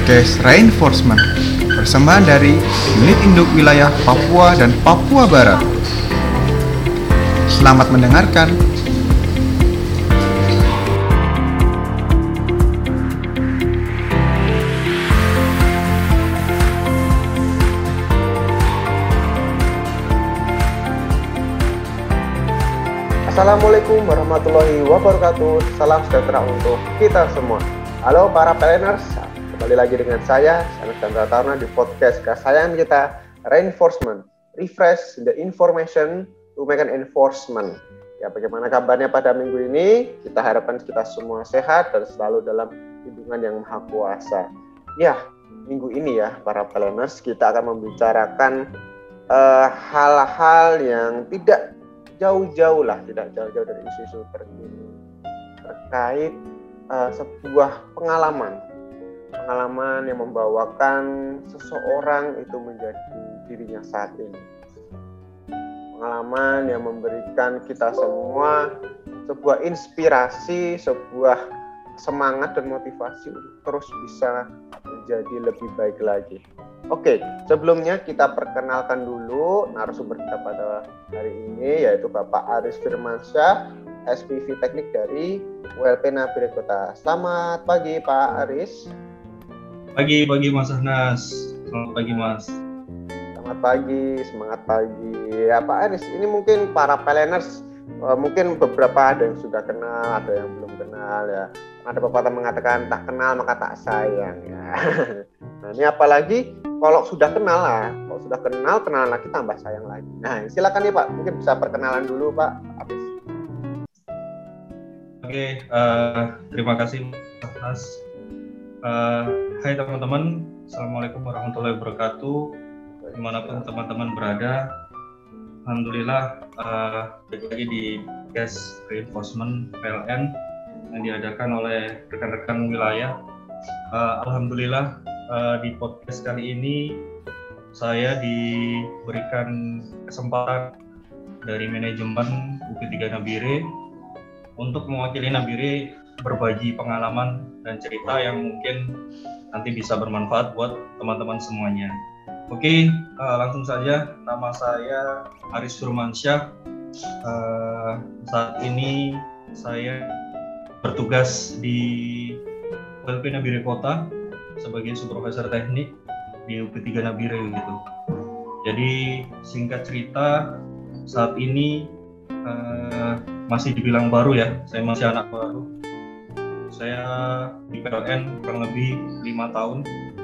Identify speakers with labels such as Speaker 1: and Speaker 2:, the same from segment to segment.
Speaker 1: podcast Reinforcement, persembahan dari Unit Induk Wilayah Papua dan Papua Barat. Selamat mendengarkan.
Speaker 2: Assalamualaikum warahmatullahi wabarakatuh. Salam sejahtera untuk kita semua. Halo para planners, kembali lagi dengan saya Sanus Chandra Taruna di podcast kesayangan kita, Reinforcement, Refresh the Information to make an Enforcement. Ya, bagaimana kabarnya pada minggu ini? Kita harapkan kita semua sehat dan selalu dalam lindungan yang maha kuasa. Ya, minggu ini ya para planners, kita akan membicarakan hal-hal yang tidak jauh-jauh dari isu-isu terkini terkait sebuah pengalaman yang membawakan seseorang itu menjadi dirinya saat ini. Pengalaman yang memberikan kita semua sebuah inspirasi, sebuah semangat dan motivasi untuk terus bisa menjadi lebih baik lagi. Oke, sebelumnya kita perkenalkan dulu narasumber kita pada hari ini, yaitu Bapak Aris Firmansyah, SPV Teknik dari ULP Nabire Kota. Selamat pagi Pak Aris.
Speaker 3: Pagi Mas Ahnas. Selamat pagi Mas.
Speaker 2: Selamat pagi, semangat pagi. Ya Pak Aris, ini mungkin para planners mungkin beberapa ada yang sudah kenal, ada yang belum kenal ya. Ada pepatah mengatakan tak kenal maka tak sayang ya. Nah ini apalagi kalau sudah kenal kenalan lagi tambah sayang lagi. Nah silakan ya Pak, mungkin bisa perkenalan dulu Pak Aris.
Speaker 3: Oke, terima kasih Mas. Hai teman-teman, Assalamualaikum warahmatullahi wabarakatuh. Dimanapun teman-teman berada, alhamdulillah balik lagi di podcast Reinforcement PLN yang diadakan oleh rekan-rekan wilayah. Alhamdulillah di podcast kali ini saya diberikan kesempatan dari manajemen UP3 Nabire untuk mewakili Nabire berbagi pengalaman dan cerita yang mungkin nanti bisa bermanfaat buat teman-teman semuanya. Oke, langsung saja. Nama saya Aris Firmansyah. Saat ini saya bertugas di ULP Nabire Kota sebagai supervisor teknik di UP3 Nabire gitu. Jadi singkat cerita, saat ini masih dibilang baru ya, saya masih anak baru. Saya di PLN kurang lebih 5 tahun.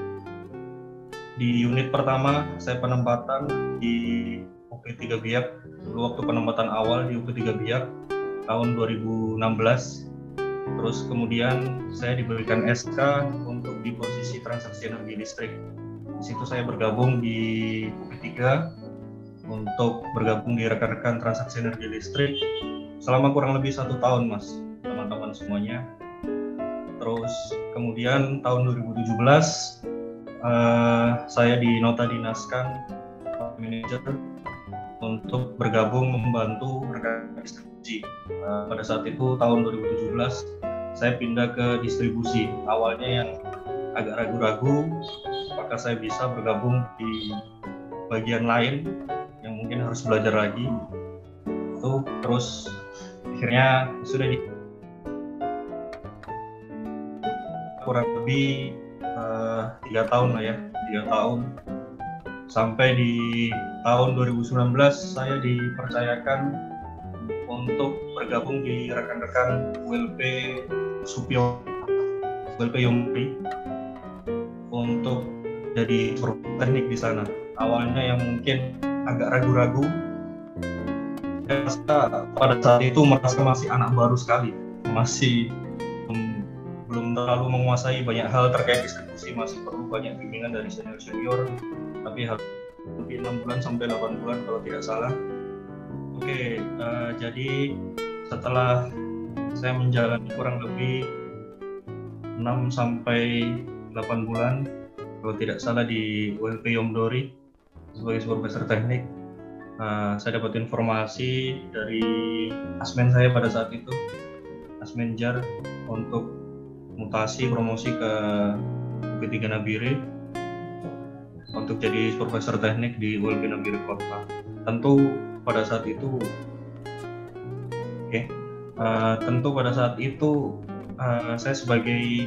Speaker 3: Di unit pertama saya penempatan di UP3 Biak. Dulu waktu penempatan awal di UP3 Biak tahun 2016. Terus kemudian saya diberikan SK untuk di posisi transaksi energi listrik. Di situ saya bergabung di UP3 untuk bergabung di rekan-rekan transaksi energi listrik selama kurang lebih 1 tahun Mas, teman-teman semuanya. Terus kemudian tahun 2017 saya dinota dinaskan manajer untuk bergabung membantu rekan distribusi. Pada saat itu tahun 2017 saya pindah ke distribusi. Awalnya yang agak ragu-ragu apakah saya bisa bergabung di bagian lain yang mungkin harus belajar lagi. Itu terus akhirnya sudah kurang lebih 3 tahun lah ya, 3 tahun sampai di tahun 2019 saya dipercayakan untuk bergabung di rekan-rekan ULP Supio, ULP Yomri untuk jadi supervisor teknik di sana. Awalnya yang mungkin agak ragu-ragu, pada saat itu merasa masih anak baru sekali, masih belum terlalu menguasai banyak hal terkait distribusi, masih perlu banyak bimbingan dari senior-senior, tapi lebih 6 bulan sampai 8 bulan kalau tidak salah. Oke, jadi setelah saya menjalani kurang lebih 6 sampai 8 bulan kalau tidak salah di ULP Yomdori sebagai supervisor teknik, saya dapat informasi dari asmen saya pada saat itu, Asmenjar, untuk mutasi promosi ke UP3 Nabire untuk jadi profesor teknik di ULB Nabire Kota. Tentu pada saat itu saya sebagai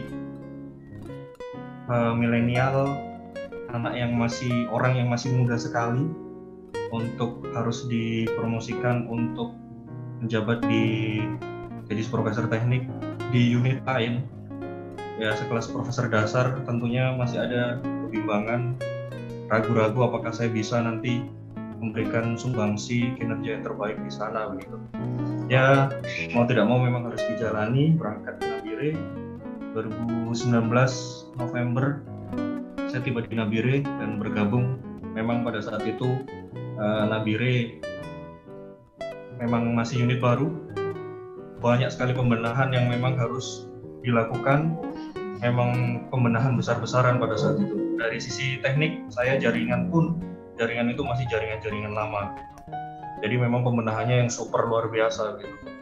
Speaker 3: milenial, orang yang masih muda sekali untuk harus dipromosikan untuk menjabat jadi profesor teknik di unit lain. Ya, sekelas profesor dasar tentunya masih ada kebimbangan, ragu-ragu apakah saya bisa nanti memberikan sumbangsi kinerja yang terbaik di sana begitu. Ya, mau tidak mau memang harus dijalani, berangkat ke Nabire 2019 November saya tiba di Nabire dan bergabung. Memang pada saat itu Nabire memang masih unit baru, banyak sekali pembenahan yang memang harus dilakukan, memang pembenahan besar-besaran pada saat itu. Dari sisi teknik, saya jaringan itu masih jaringan lama, jadi memang pembenahannya yang super luar biasa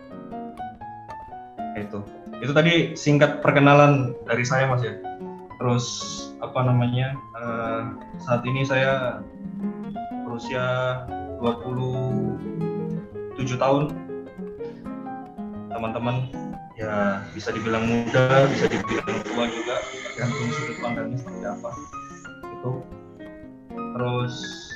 Speaker 3: gitu. Itu tadi singkat perkenalan dari saya, Mas ya. Terus saat ini saya berusia 27 tahun. Teman-teman ya bisa dibilang muda, bisa dibilang tua juga, tergantung sudut pandangnya seperti apa. Itu. Terus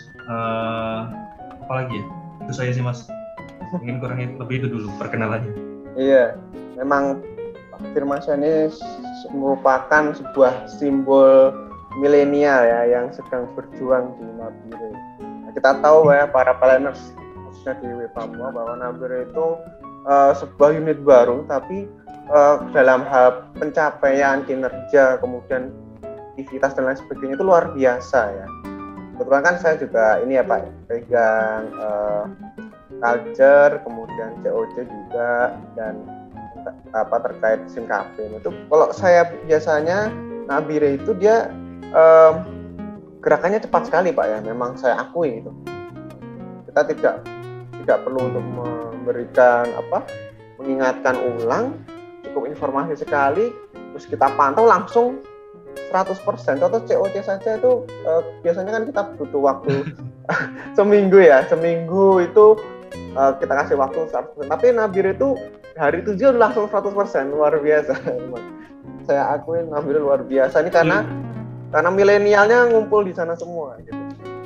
Speaker 3: apa lagi ya? Itu saya sih, Mas. Mungkin kurang lebih itu dulu perkenalannya.
Speaker 2: Iya, memang Firmansyah ini merupakan sebuah simbol milenial ya yang sedang berjuang di Nabire. Nah, kita tahu ya para planners khususnya di Papua bahwa Nabire itu sebuah unit baru, tapi dalam hal pencapaian kinerja kemudian aktivitas dan lain sebagainya itu luar biasa ya. Kebetulan kan saya juga ini ya Pak, pegang culture, kemudian COC juga, dan terkait SIM campaign itu. Kalau saya biasanya Nabire itu dia gerakannya cepat sekali Pak ya, memang saya akui itu. Kita tidak perlu untuk memberikan mengingatkan ulang, cukup informasi sekali, terus kita pantau langsung 100%. Contoh COC saja itu biasanya kan kita butuh waktu seminggu itu kita kasih waktu 100%. Tapi Nabire itu hari 7 langsung 100%, luar biasa. Saya akui Nabire luar biasa ini karena milenialnya ngumpul di sana semua gitu.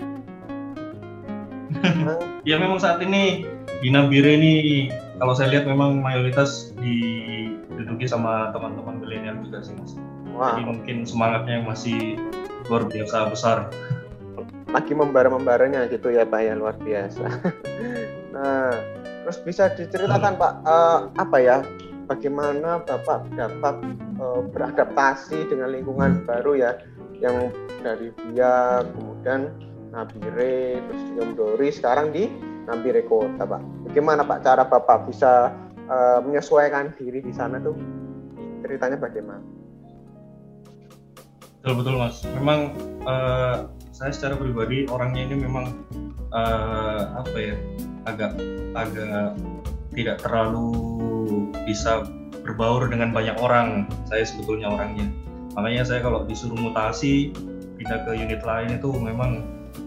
Speaker 3: Ya memang saat ini di Nabire ini kalau saya lihat memang mayoritas diduduki sama teman-teman milenial juga sih, Mas. Wow. Jadi mungkin semangatnya masih luar biasa besar.
Speaker 2: Lagi membara-membaranya gitu ya Pak ya, luar biasa. Nah, terus bisa diceritakan Pak bagaimana Bapak dapat beradaptasi dengan lingkungan baru ya, yang dari Biak, kemudian Nabire, terus di Omdori, sekarang di Nabire Kota Pak. Bagaimana Pak cara Bapak bisa menyesuaikan diri di sana tuh? Ceritanya bagaimana?
Speaker 3: Betul Mas. Memang saya secara pribadi orangnya ini memang agak tidak terlalu bisa berbaur dengan banyak orang. Saya sebetulnya orangnya. Makanya saya kalau disuruh mutasi pindah ke unit lain itu memang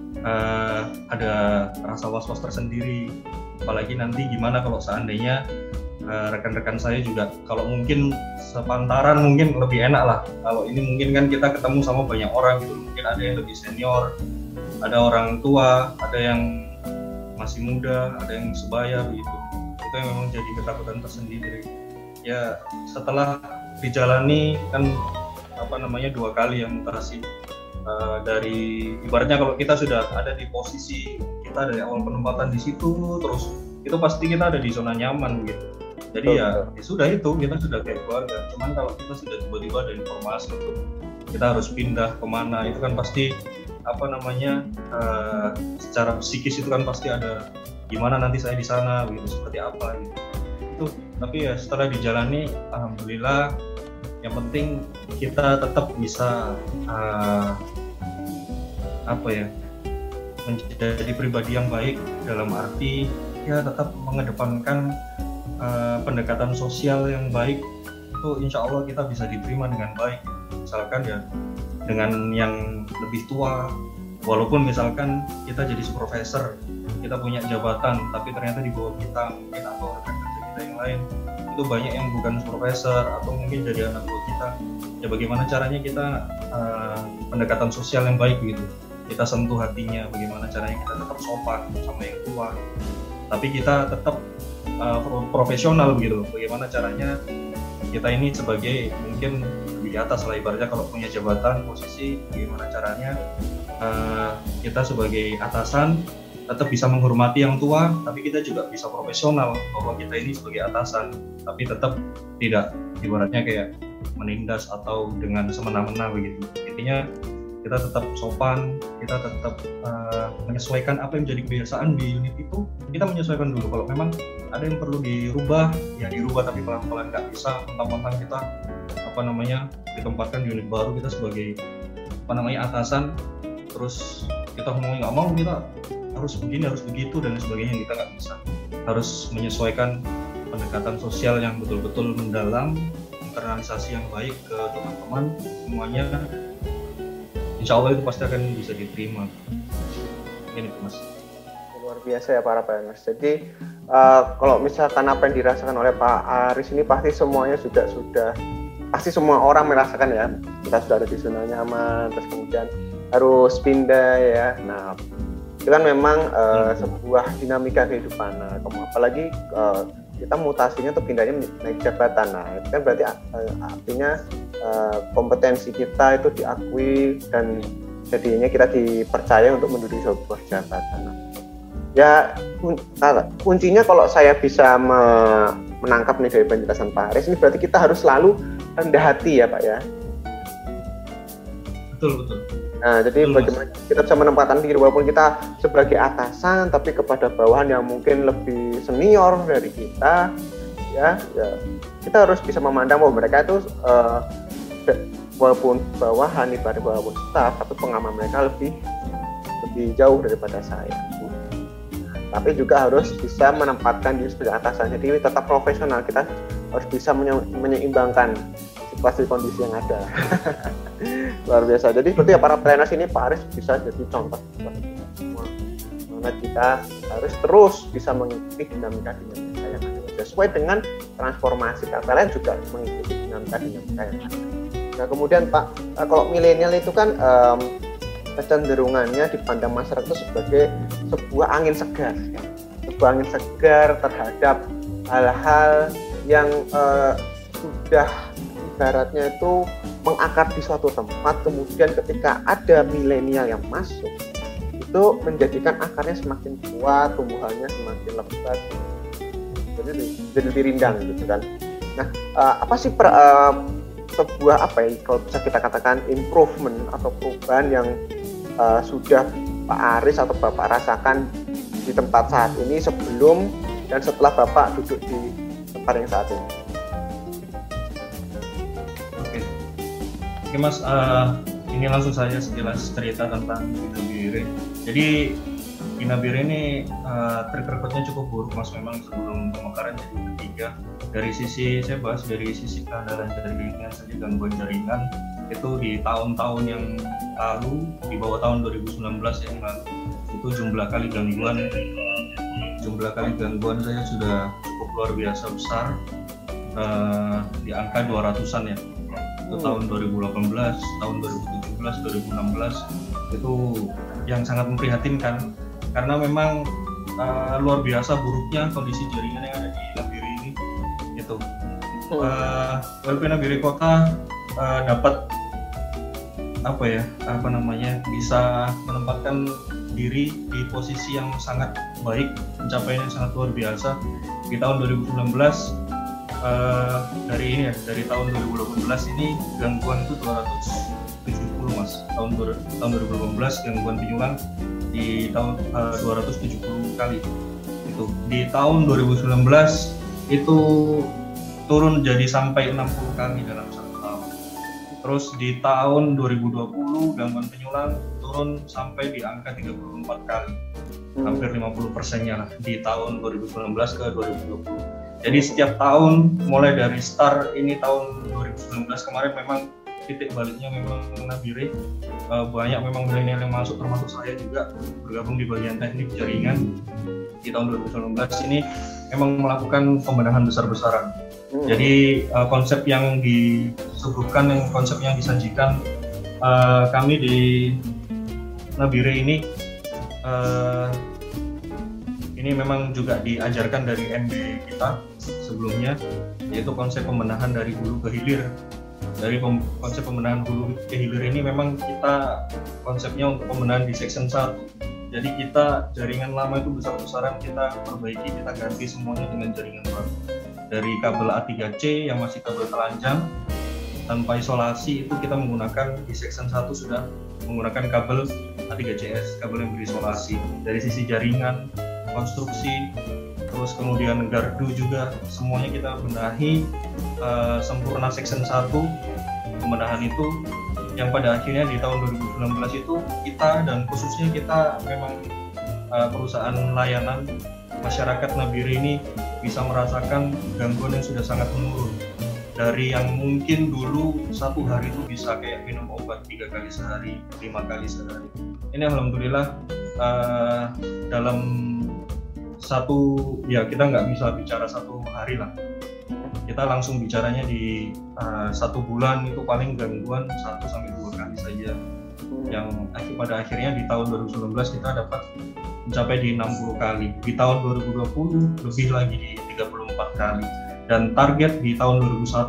Speaker 3: ada rasa was-was tersendiri. Apalagi nanti gimana kalau seandainya rekan-rekan saya juga kalau mungkin sepantaran mungkin lebih enak lah. Kalau ini mungkin kan kita ketemu sama banyak orang gitu, mungkin ada yang lebih senior, ada orang tua, ada yang masih muda, ada yang sebaya begitu. Itu yang memang jadi ketakutan tersendiri. Ya setelah dijalani kan 2 kali yang mutasi, dari ibaratnya kalau kita sudah ada di posisi kita dari awal penempatan di situ, terus itu pasti kita ada di zona nyaman gitu. Jadi ya sudah itu kita sudah kayak keluarga. Cuman kalau kita sudah tiba-tiba ada informasi untuk kita harus pindah kemana, itu kan pasti secara psikis itu kan pasti ada gimana nanti saya di sana begitu, seperti apa gitu. Itu tapi ya setelah dijalani alhamdulillah, yang penting kita tetap bisa menjadi pribadi yang baik, dalam arti ya tetap mengedepankan pendekatan sosial yang baik, itu insya Allah kita bisa diterima dengan baik. Misalkan ya dengan yang lebih tua. Walaupun misalkan kita jadi profesor, kita punya jabatan, tapi ternyata di bawah kita mungkin atau rekan kerja kita yang lain itu banyak yang bukan profesor atau mungkin jadi anak buah kita. Ya bagaimana caranya kita pendekatan sosial yang baik gitu, kita sentuh hatinya, bagaimana caranya kita tetap sopan sama yang tua, tapi kita tetap profesional begitu. Bagaimana caranya kita ini sebagai mungkin di atas lah ibaratnya, kalau punya jabatan posisi, bagaimana caranya kita sebagai atasan tetap bisa menghormati yang tua, tapi kita juga bisa profesional bahwa kita ini sebagai atasan, tapi tetap tidak ibaratnya kayak menindas atau dengan semena-mena begitu. Intinya kita tetap sopan, kita tetap menyesuaikan apa yang menjadi kebiasaan di unit itu. Kita menyesuaikan dulu, kalau memang ada yang perlu dirubah, ya dirubah, tapi pelan-pelan, nggak bisa mentang-mentang kita ditempatkan di unit baru, kita sebagai atasan, terus kita ngomongin nggak mau, kita harus begini, harus begitu dan sebagainya. Kita nggak bisa, harus menyesuaikan pendekatan sosial yang betul-betul mendalam, internalisasi yang baik ke teman-teman semuanya. Insya Allah itu pasti akan bisa diterima. Ini Mas.
Speaker 2: Luar biasa ya para PNS. Jadi kalau misalkan apa yang dirasakan oleh Pak Aris ini pasti semuanya sudah pasti semua orang merasakan ya. Kita sudah ada di zona nyaman, terus kemudian harus pindah ya. Nah, itu kan memang sebuah dinamika kehidupan. Nah, apalagi kita mutasinya atau pindahnya naik jabatan. Nah, itu kan berarti artinya kompetensi kita itu diakui dan jadinya kita dipercaya untuk menduduki sebuah jabatan. Nah, ya kuncinya kalau saya bisa menangkap nih dari penjelasan Pak Aris ini, berarti kita harus selalu rendah hati ya Pak ya.
Speaker 3: Betul.
Speaker 2: Nah, jadi bagaimana kita bisa menempatkan diri walaupun kita sebagai atasan, tapi kepada bawahan yang mungkin lebih senior dari kita, ya kita harus bisa memandang bahwa mereka itu walaupun bawahan, ibarat walaupun staff, tapi pengalaman mereka lebih jauh daripada saya. Tapi juga harus bisa menempatkan diri sebagai atasan, jadi tetap profesional. Kita harus bisa menyeimbangkan situasi kondisi yang ada. Luar biasa. Jadi seperti ya para PNS ini Pak Aris bisa jadi contoh semua. Karena kita harus terus bisa mengikuti dinamika yang ada. Sesuai dengan transformasi KPLN juga mengikuti dinamika yang ada. Nah kemudian Pak, kalau milenial itu kan kecenderungannya dipandang masyarakat itu sebagai sebuah angin segar, ya. Sebuah angin segar terhadap hal-hal yang sudah ibaratnya itu mengakar di suatu tempat, kemudian ketika ada milenial yang masuk, itu menjadikan akarnya semakin kuat, tumbuhannya semakin lebat, jadi lebih rindang gitu kan. Nah, apa sih sebuah kalau bisa kita katakan improvement atau perubahan yang sudah Pak Aris atau Bapak rasakan di tempat saat ini sebelum dan setelah Bapak duduk di tempat yang saat ini?
Speaker 3: Oke Mas, ini langsung saja sekilas cerita tentang Inabire. Jadi Inabire ini track record-nya cukup buruk Mas, memang sebelum pemekaran jadi ketiga. Dari sisi, saya bahas dari sisi keandalan jaringan saja, gangguan jaringan itu di tahun-tahun yang lalu, di bawah tahun 2019 yang lalu, itu jumlah kali gangguan saya sudah cukup luar biasa besar, di angka 200-an ya. Itu tahun 2018, tahun 2017, 2016 itu yang sangat memprihatinkan, karena memang luar biasa buruknya kondisi jaringan yang ada di Inabire ini. Itu WLP Inabire Kota dapat bisa menempatkan diri di posisi yang sangat baik, pencapaian yang sangat luar biasa di tahun 2019. Dari tahun 2018 ini gangguan itu 270 Mas. Tahun 2018 gangguan penyulang di tahun 270 kali. Itu di tahun 2019 itu turun jadi sampai 60 kali dalam satu tahun. Terus di tahun 2020 gangguan penyulang turun sampai di angka 34 kali. Hampir 50%-nya lah di tahun 2019 ke 2020. Jadi setiap tahun mulai dari start ini tahun 2019 kemarin memang titik baliknya memang Nabire. Banyak memang milenial yang masuk, termasuk saya juga bergabung di bagian teknik jaringan di tahun 2019 ini memang melakukan pembenahan besar-besaran. Jadi konsep yang disuguhkan, konsep yang disajikan kami di Nabire ini memang juga diajarkan dari MB kita sebelumnya, yaitu konsep pembenahan dari hulu ke hilir. Dari konsep pembenahan hulu ke hilir ini memang kita konsepnya untuk pembenahan di section 1. Jadi kita jaringan lama itu besar-besaran kita perbaiki, kita ganti semuanya dengan jaringan baru. Dari kabel A3C yang masih kabel telanjang tanpa isolasi itu kita menggunakan di section 1 sudah menggunakan kabel A3CS, kabel yang berisolasi. Dari sisi jaringan, konstruksi, terus kemudian gardu juga semuanya kita benahi sempurna section 1. Pembenahan itu yang pada akhirnya di tahun 2019 itu kita dan khususnya kita memang perusahaan layanan masyarakat Nabire ini bisa merasakan gangguan yang sudah sangat menurun. Dari yang mungkin dulu satu hari itu bisa kayak minum obat 3 kali sehari, 5 kali sehari. Ini alhamdulillah dalam kita nggak bisa bicara satu hari lah. Kita langsung bicaranya di 1 bulan itu paling gangguan 1-2 kali saja. Yang pada akhirnya di tahun 2019 kita dapat mencapai di 60 kali. Di tahun 2020 lebih lagi di 34 kali. Dan target di tahun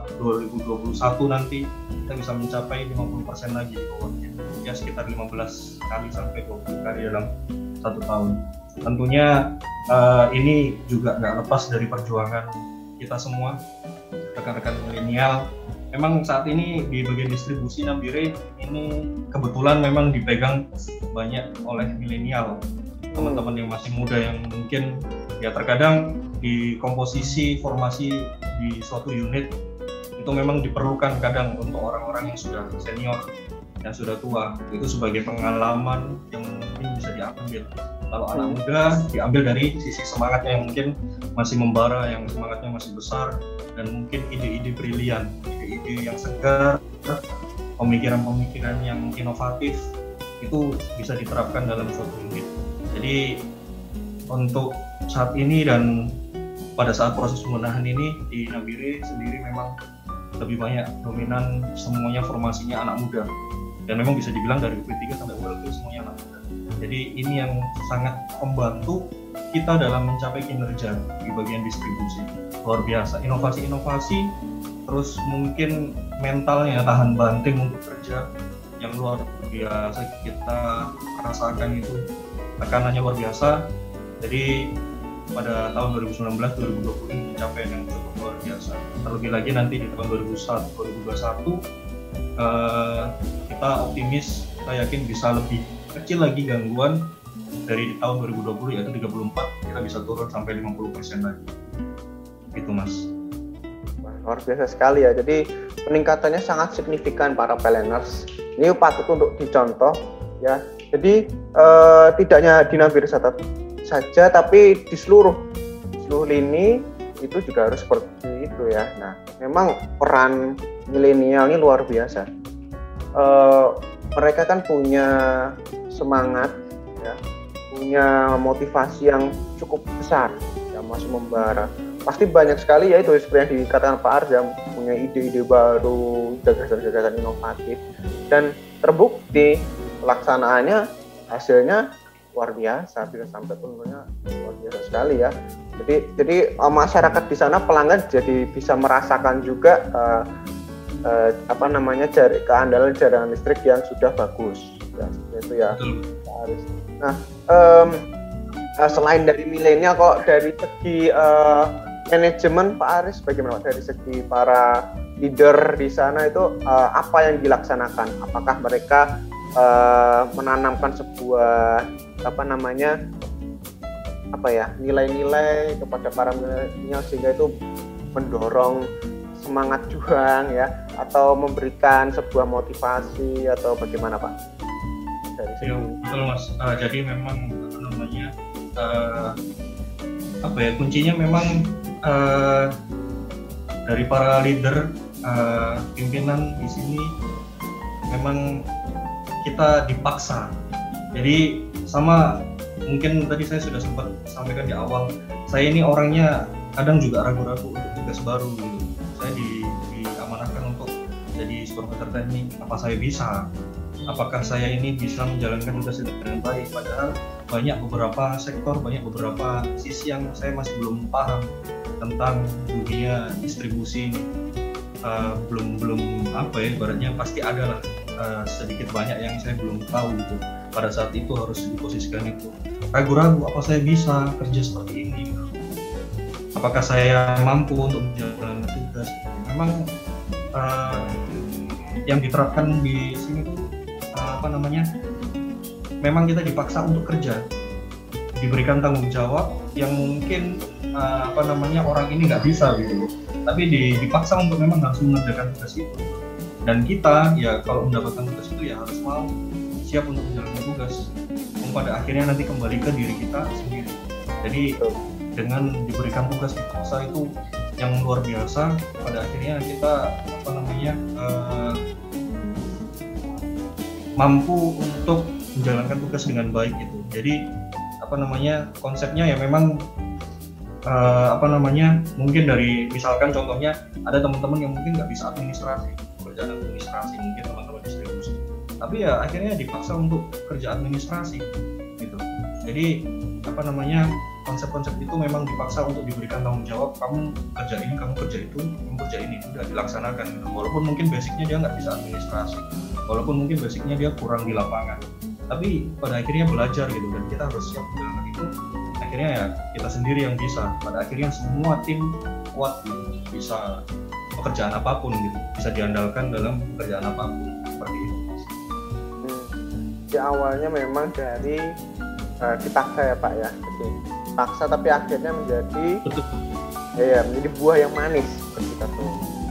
Speaker 3: 2021 nanti kita bisa mencapai 50% lagi di bawahnya. Ya sekitar 15 kali sampai 20 kali dalam 1 tahun. Tentunya ini juga nggak lepas dari perjuangan kita semua, rekan-rekan milenial. Memang saat ini di bagian distribusi Nabire ini kebetulan memang dipegang banyak oleh milenial, teman-teman yang masih muda yang mungkin ya terkadang di komposisi formasi di suatu unit itu memang diperlukan kadang untuk orang-orang yang sudah senior, yang sudah tua, itu sebagai pengalaman yang mungkin bisa diambil. Kalau anak muda diambil dari sisi semangatnya yang mungkin masih membara, yang semangatnya masih besar, dan mungkin ide-ide brilian, ide-ide yang segar, pemikiran-pemikiran yang inovatif itu bisa diterapkan dalam suatu unit. Jadi untuk saat ini dan pada saat proses pembenahan ini di Nabire sendiri memang lebih banyak dominan semuanya formasinya anak muda, dan memang bisa dibilang dari UP3 sampai ULP semuanya anak muda. Jadi ini yang sangat membantu kita dalam mencapai kinerja di bagian distribusi. Luar biasa, inovasi-inovasi, terus mungkin mentalnya tahan banting untuk kerja yang luar biasa kita rasakan itu, tekanannya luar biasa. Jadi pada tahun 2019-2020 ini pencapaian yang cukup luar biasa. Terlebih lagi nanti di tahun 2021 kita optimis, kita yakin bisa lebih kecil lagi gangguan dari tahun 2020 yaitu 34, kita bisa turun sampai 50% lagi. Gitu Mas.
Speaker 2: Luar biasa sekali ya. Jadi peningkatannya sangat signifikan para planners. Ini patut untuk dicontoh ya. Jadi tidak hanya di Nabire saja, tapi di seluruh lini itu juga harus seperti itu ya. Nah, memang peran milenial ini luar biasa. Mereka kan punya semangat ya, punya motivasi yang cukup besar ya, masih membara. Pasti banyak sekali ya itu seperti yang dikatakan Pak Ars yang punya ide-ide baru, gagasan-gagasan inovatif, dan terbukti pelaksanaannya hasilnya luar biasa, bisa sampai turunnya luar biasa sekali ya. Jadi masyarakat di sana, pelanggan jadi bisa merasakan juga keandalan jaringan listrik yang sudah bagus ya, itu ya Pak Aris. Nah, selain dari milenial, kok dari segi manajemen Pak Aris bagaimana Pak? Dari segi para leader di sana itu apa yang dilaksanakan? Apakah mereka menanamkan sebuah nilai-nilai kepada para milenial sehingga itu mendorong semangat juang ya, atau memberikan sebuah motivasi, atau bagaimana Pak? Dari sini.
Speaker 3: Ya, betul Mas. Jadi memang kuncinya memang dari para leader, pimpinan di sini memang kita dipaksa. Jadi sama mungkin tadi saya sudah sempat sampaikan di awal, saya ini orangnya kadang juga ragu-ragu untuk tugas baru gitu. Saya diamanahkan untuk jadi supervisor teknik, apa saya bisa? Apakah saya ini bisa menjalankan tugas dengan baik? Padahal banyak beberapa sektor, banyak beberapa sisi yang saya masih belum paham tentang dunia distribusi ini. Belum apa ya, ibaratnya pasti ada lah sedikit banyak yang saya belum tahu gitu. Pada saat itu harus diposisikan itu ragu-ragu, apa saya bisa kerja seperti ini? Apakah saya mampu untuk menjalankan tugas? Memang yang diterapkan di sini tuh memang kita dipaksa untuk kerja, diberikan tanggung jawab yang mungkin orang ini nggak bisa gitu, tapi dipaksa untuk memang harus mengerjakan tugas itu. Dan kita ya kalau mendapatkan tugas itu ya harus mau siap untuk menjalankan tugas. Pada akhirnya nanti kembali ke diri kita sendiri. Jadi dengan diberikan tugas dipaksa itu yang luar biasa, pada akhirnya kita mampu untuk menjalankan tugas dengan baik itu. Jadi konsepnya ya memang mungkin dari misalkan contohnya ada teman-teman yang mungkin nggak bisa administrasi, pekerjaan administrasi, mungkin teman-teman distribusi, tapi ya akhirnya dipaksa untuk kerja administrasi gitu. Jadi konsep-konsep itu memang dipaksa untuk diberikan tanggung jawab, kamu kerja ini, kamu kerja itu, kamu kerja ini, sudah dilaksanakan gitu. Walaupun mungkin basicnya dia nggak bisa administrasi, walaupun mungkin basicnya dia kurang di lapangan, tapi pada akhirnya belajar gitu, dan kita harus siap menjalankan itu. Akhirnya ya kita sendiri yang bisa, pada akhirnya semua tim kuat gitu, bisa pekerjaan apapun gitu, bisa diandalkan dalam pekerjaan apapun seperti itu.
Speaker 2: Di awalnya memang dari dipaksa ya Pak ya, jadi paksa tapi akhirnya menjadi menjadi buah yang manis ketika tuh.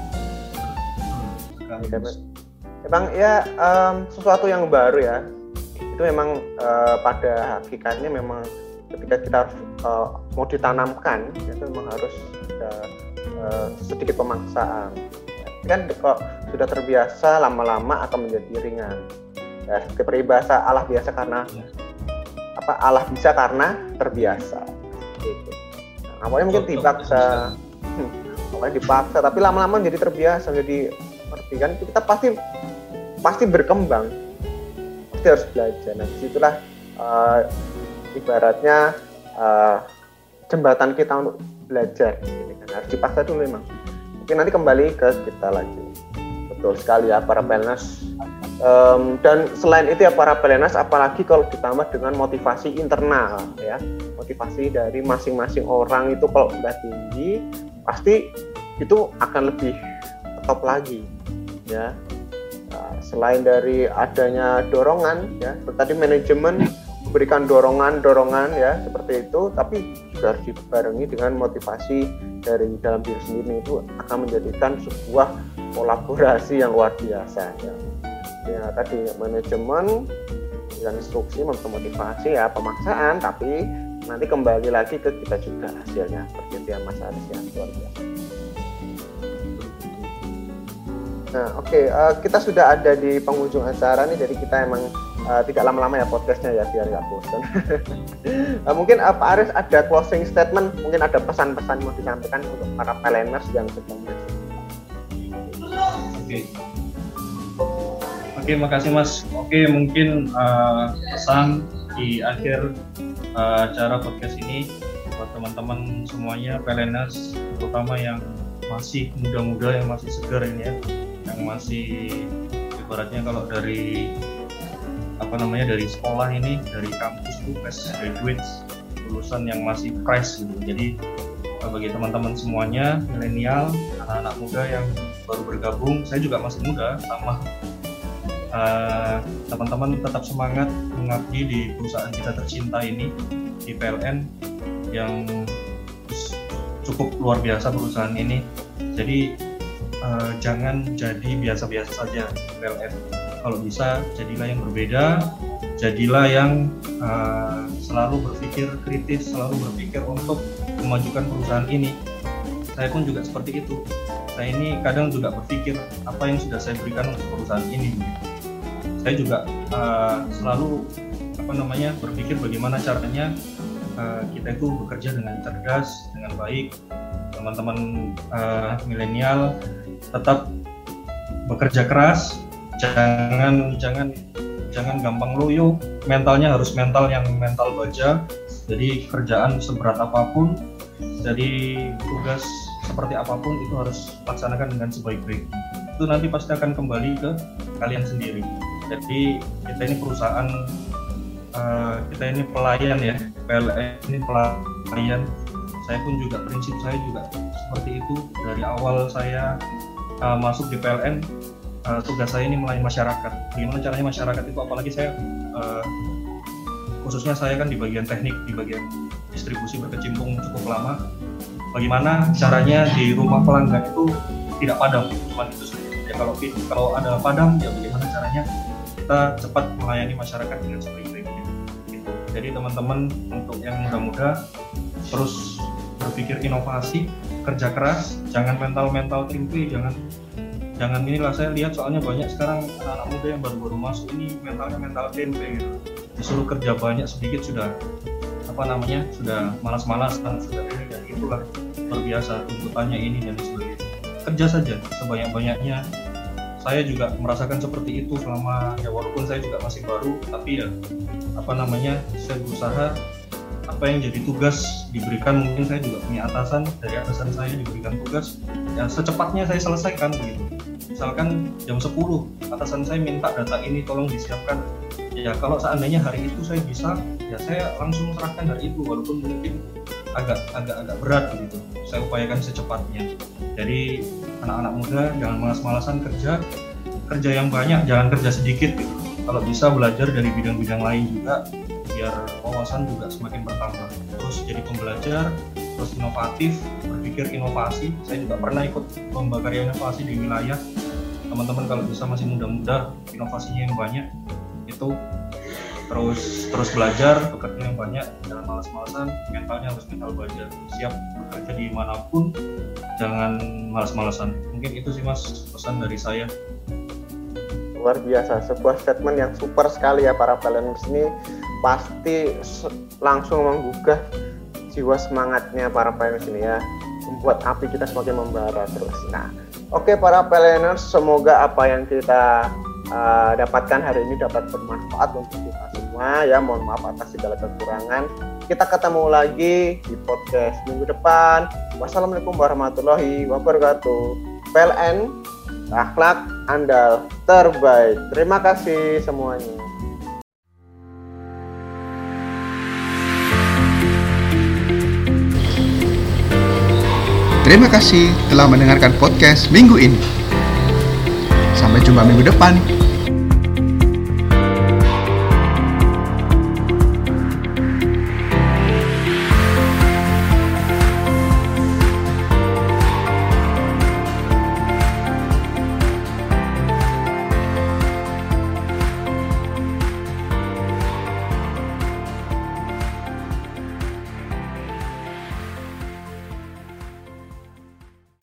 Speaker 2: Memang ya sesuatu yang baru ya, itu memang pada hakikatnya memang ketika kita mau ditanamkan itu memang harus sedikit pemaksaan. Kan kalau sudah terbiasa lama-lama akan menjadi ringan. Ya, seperti peribahasa Allah biasa karena Allah bisa karena terbiasa. Gitu. Nah, awalnya mungkin dipaksa, tapi lama-lama jadi terbiasa, jadi seperti kan kita pasti berkembang, pasti harus belajar. Nah disitulah ibaratnya jembatan kita untuk belajar. Gitu kan. Harus dipaksa dulu memang. Mungkin nanti kembali ke kita lagi. Betul sekali ya para PLNers. Dan selain itu ya para PLNers, apalagi kalau ditambah dengan motivasi internal ya, motivasi dari masing-masing orang itu kalau sudah tinggi pasti itu akan lebih top lagi ya. Selain dari adanya dorongan ya, seperti tadi manajemen memberikan dorongan ya seperti itu, tapi juga harus dibarengi dengan motivasi dari dalam diri sendiri, itu akan menjadikan sebuah kolaborasi yang luar biasa ya. Ya tadi manajemen dengan instruksi, memotivasi ya, pemaksaan, tapi nanti kembali lagi ke kita juga hasilnya seperti yang Mas Aris ya, luar biasa. Nah oke, kita sudah ada di penghujung acara nih, jadi kita emang tidak lama-lama ya podcastnya ya, biar nggak bosan. Mungkin Pak Aris ada closing statement, mungkin ada pesan-pesan mau disampaikan untuk para PLNers yang sedang
Speaker 3: Oke, makasih Mas. Oke, mungkin pesan di akhir acara podcast ini buat teman-teman semuanya PLNers, terutama yang masih muda-muda, yang masih segar ini ya, yang masih ibaratnya kalau dari dari sekolah ini, dari kampus tuh fresh graduates, lulusan yang masih fresh gitu. Jadi bagi teman-teman semuanya, milenial, anak-anak muda yang baru bergabung, saya juga masih muda sama. Teman-teman tetap semangat mengabdi di perusahaan kita tercinta ini, di PLN yang cukup luar biasa perusahaan ini. Jadi jangan jadi biasa-biasa saja PLN. Kalau bisa jadilah yang berbeda, jadilah yang selalu berpikir kritis, selalu berpikir untuk memajukan perusahaan ini. Saya pun juga seperti itu. Saya ini kadang juga berpikir apa yang sudah saya berikan untuk perusahaan ini. saya juga selalu berpikir bagaimana caranya kita itu bekerja dengan cerdas, dengan baik. Teman-teman milenial tetap bekerja keras, jangan gampang loyo, mentalnya harus mental baja. Jadi kerjaan seberat apapun, jadi tugas seperti apapun itu harus laksanakan dengan sebaik-baiknya. Itu nanti pasti akan kembali ke kalian sendiri. Jadi kita ini perusahaan, kita ini pelayan ya, PLN ini pelayan. Saya pun juga, prinsip saya juga seperti itu. Dari awal saya masuk di PLN, tugas saya ini melayani masyarakat. Gimana caranya masyarakat itu, apalagi saya khususnya saya kan di bagian teknik, di bagian distribusi berkecimpung cukup lama. Bagaimana caranya di rumah pelanggan itu tidak padam, cuma itu saja. Ya kalau ada padam, ya bagaimana caranya kita cepat melayani masyarakat dengan sebaik-baiknya. Gitu. Jadi teman-teman untuk yang muda-muda terus berpikir inovasi, kerja keras, jangan mental tempe, jangan inilah. Saya lihat soalnya banyak sekarang anak-anak muda yang baru-baru masuk ini mental tempe gitu. Disuruh kerja banyak sedikit sudah sudah malas-malasan, sudah ini dan itulah luar biasa tuntutannya ini dan sebagainya. Kerja saja sebanyak-banyaknya. Saya juga merasakan seperti itu selama, ya walaupun saya juga masih baru, tapi ya saya berusaha apa yang jadi tugas diberikan, mungkin saya juga punya atasan, dari atasan saya diberikan tugas ya secepatnya saya selesaikan begitu. Misalkan jam 10 atasan saya minta data ini tolong disiapkan, ya kalau seandainya hari itu saya bisa, ya saya langsung serahkan hari itu, walaupun mungkin agak berat begitu, saya upayakan secepatnya. Jadi anak-anak muda jangan malas-malasan kerja yang banyak, jangan kerja sedikit gitu. Kalau bisa belajar dari bidang-bidang lain juga, biar wawasan juga semakin bertambah. Terus jadi pembelajar, terus inovatif, berpikir inovasi. Saya juga pernah ikut lomba karya inovasi di wilayah. Teman-teman kalau bisa masih muda-muda, inovasinya yang banyak itu, terus belajar, bekerja yang banyak, jangan malas-malasan, mentalnya harus mental baja, siap bekerja di manapun, jangan malas-malasan. Mungkin itu sih Mas pesan dari saya.
Speaker 2: Luar biasa, sebuah statement yang super sekali ya para PLNers ini, pasti langsung menggugah jiwa semangatnya para PLNers ini ya, membuat api kita semakin membara terus. Nah, oke para PLNers, semoga apa yang kita dapatkan hari ini dapat bermanfaat untuk kita semua ya. Mohon maaf atas segala kekurangan. Kita ketemu lagi di podcast minggu depan. Wassalamualaikum warahmatullahi wabarakatuh. PLN, akhlak andal terbaik. Terima kasih semuanya.
Speaker 1: Terima kasih telah mendengarkan podcast minggu ini. Sampai jumpa minggu depan.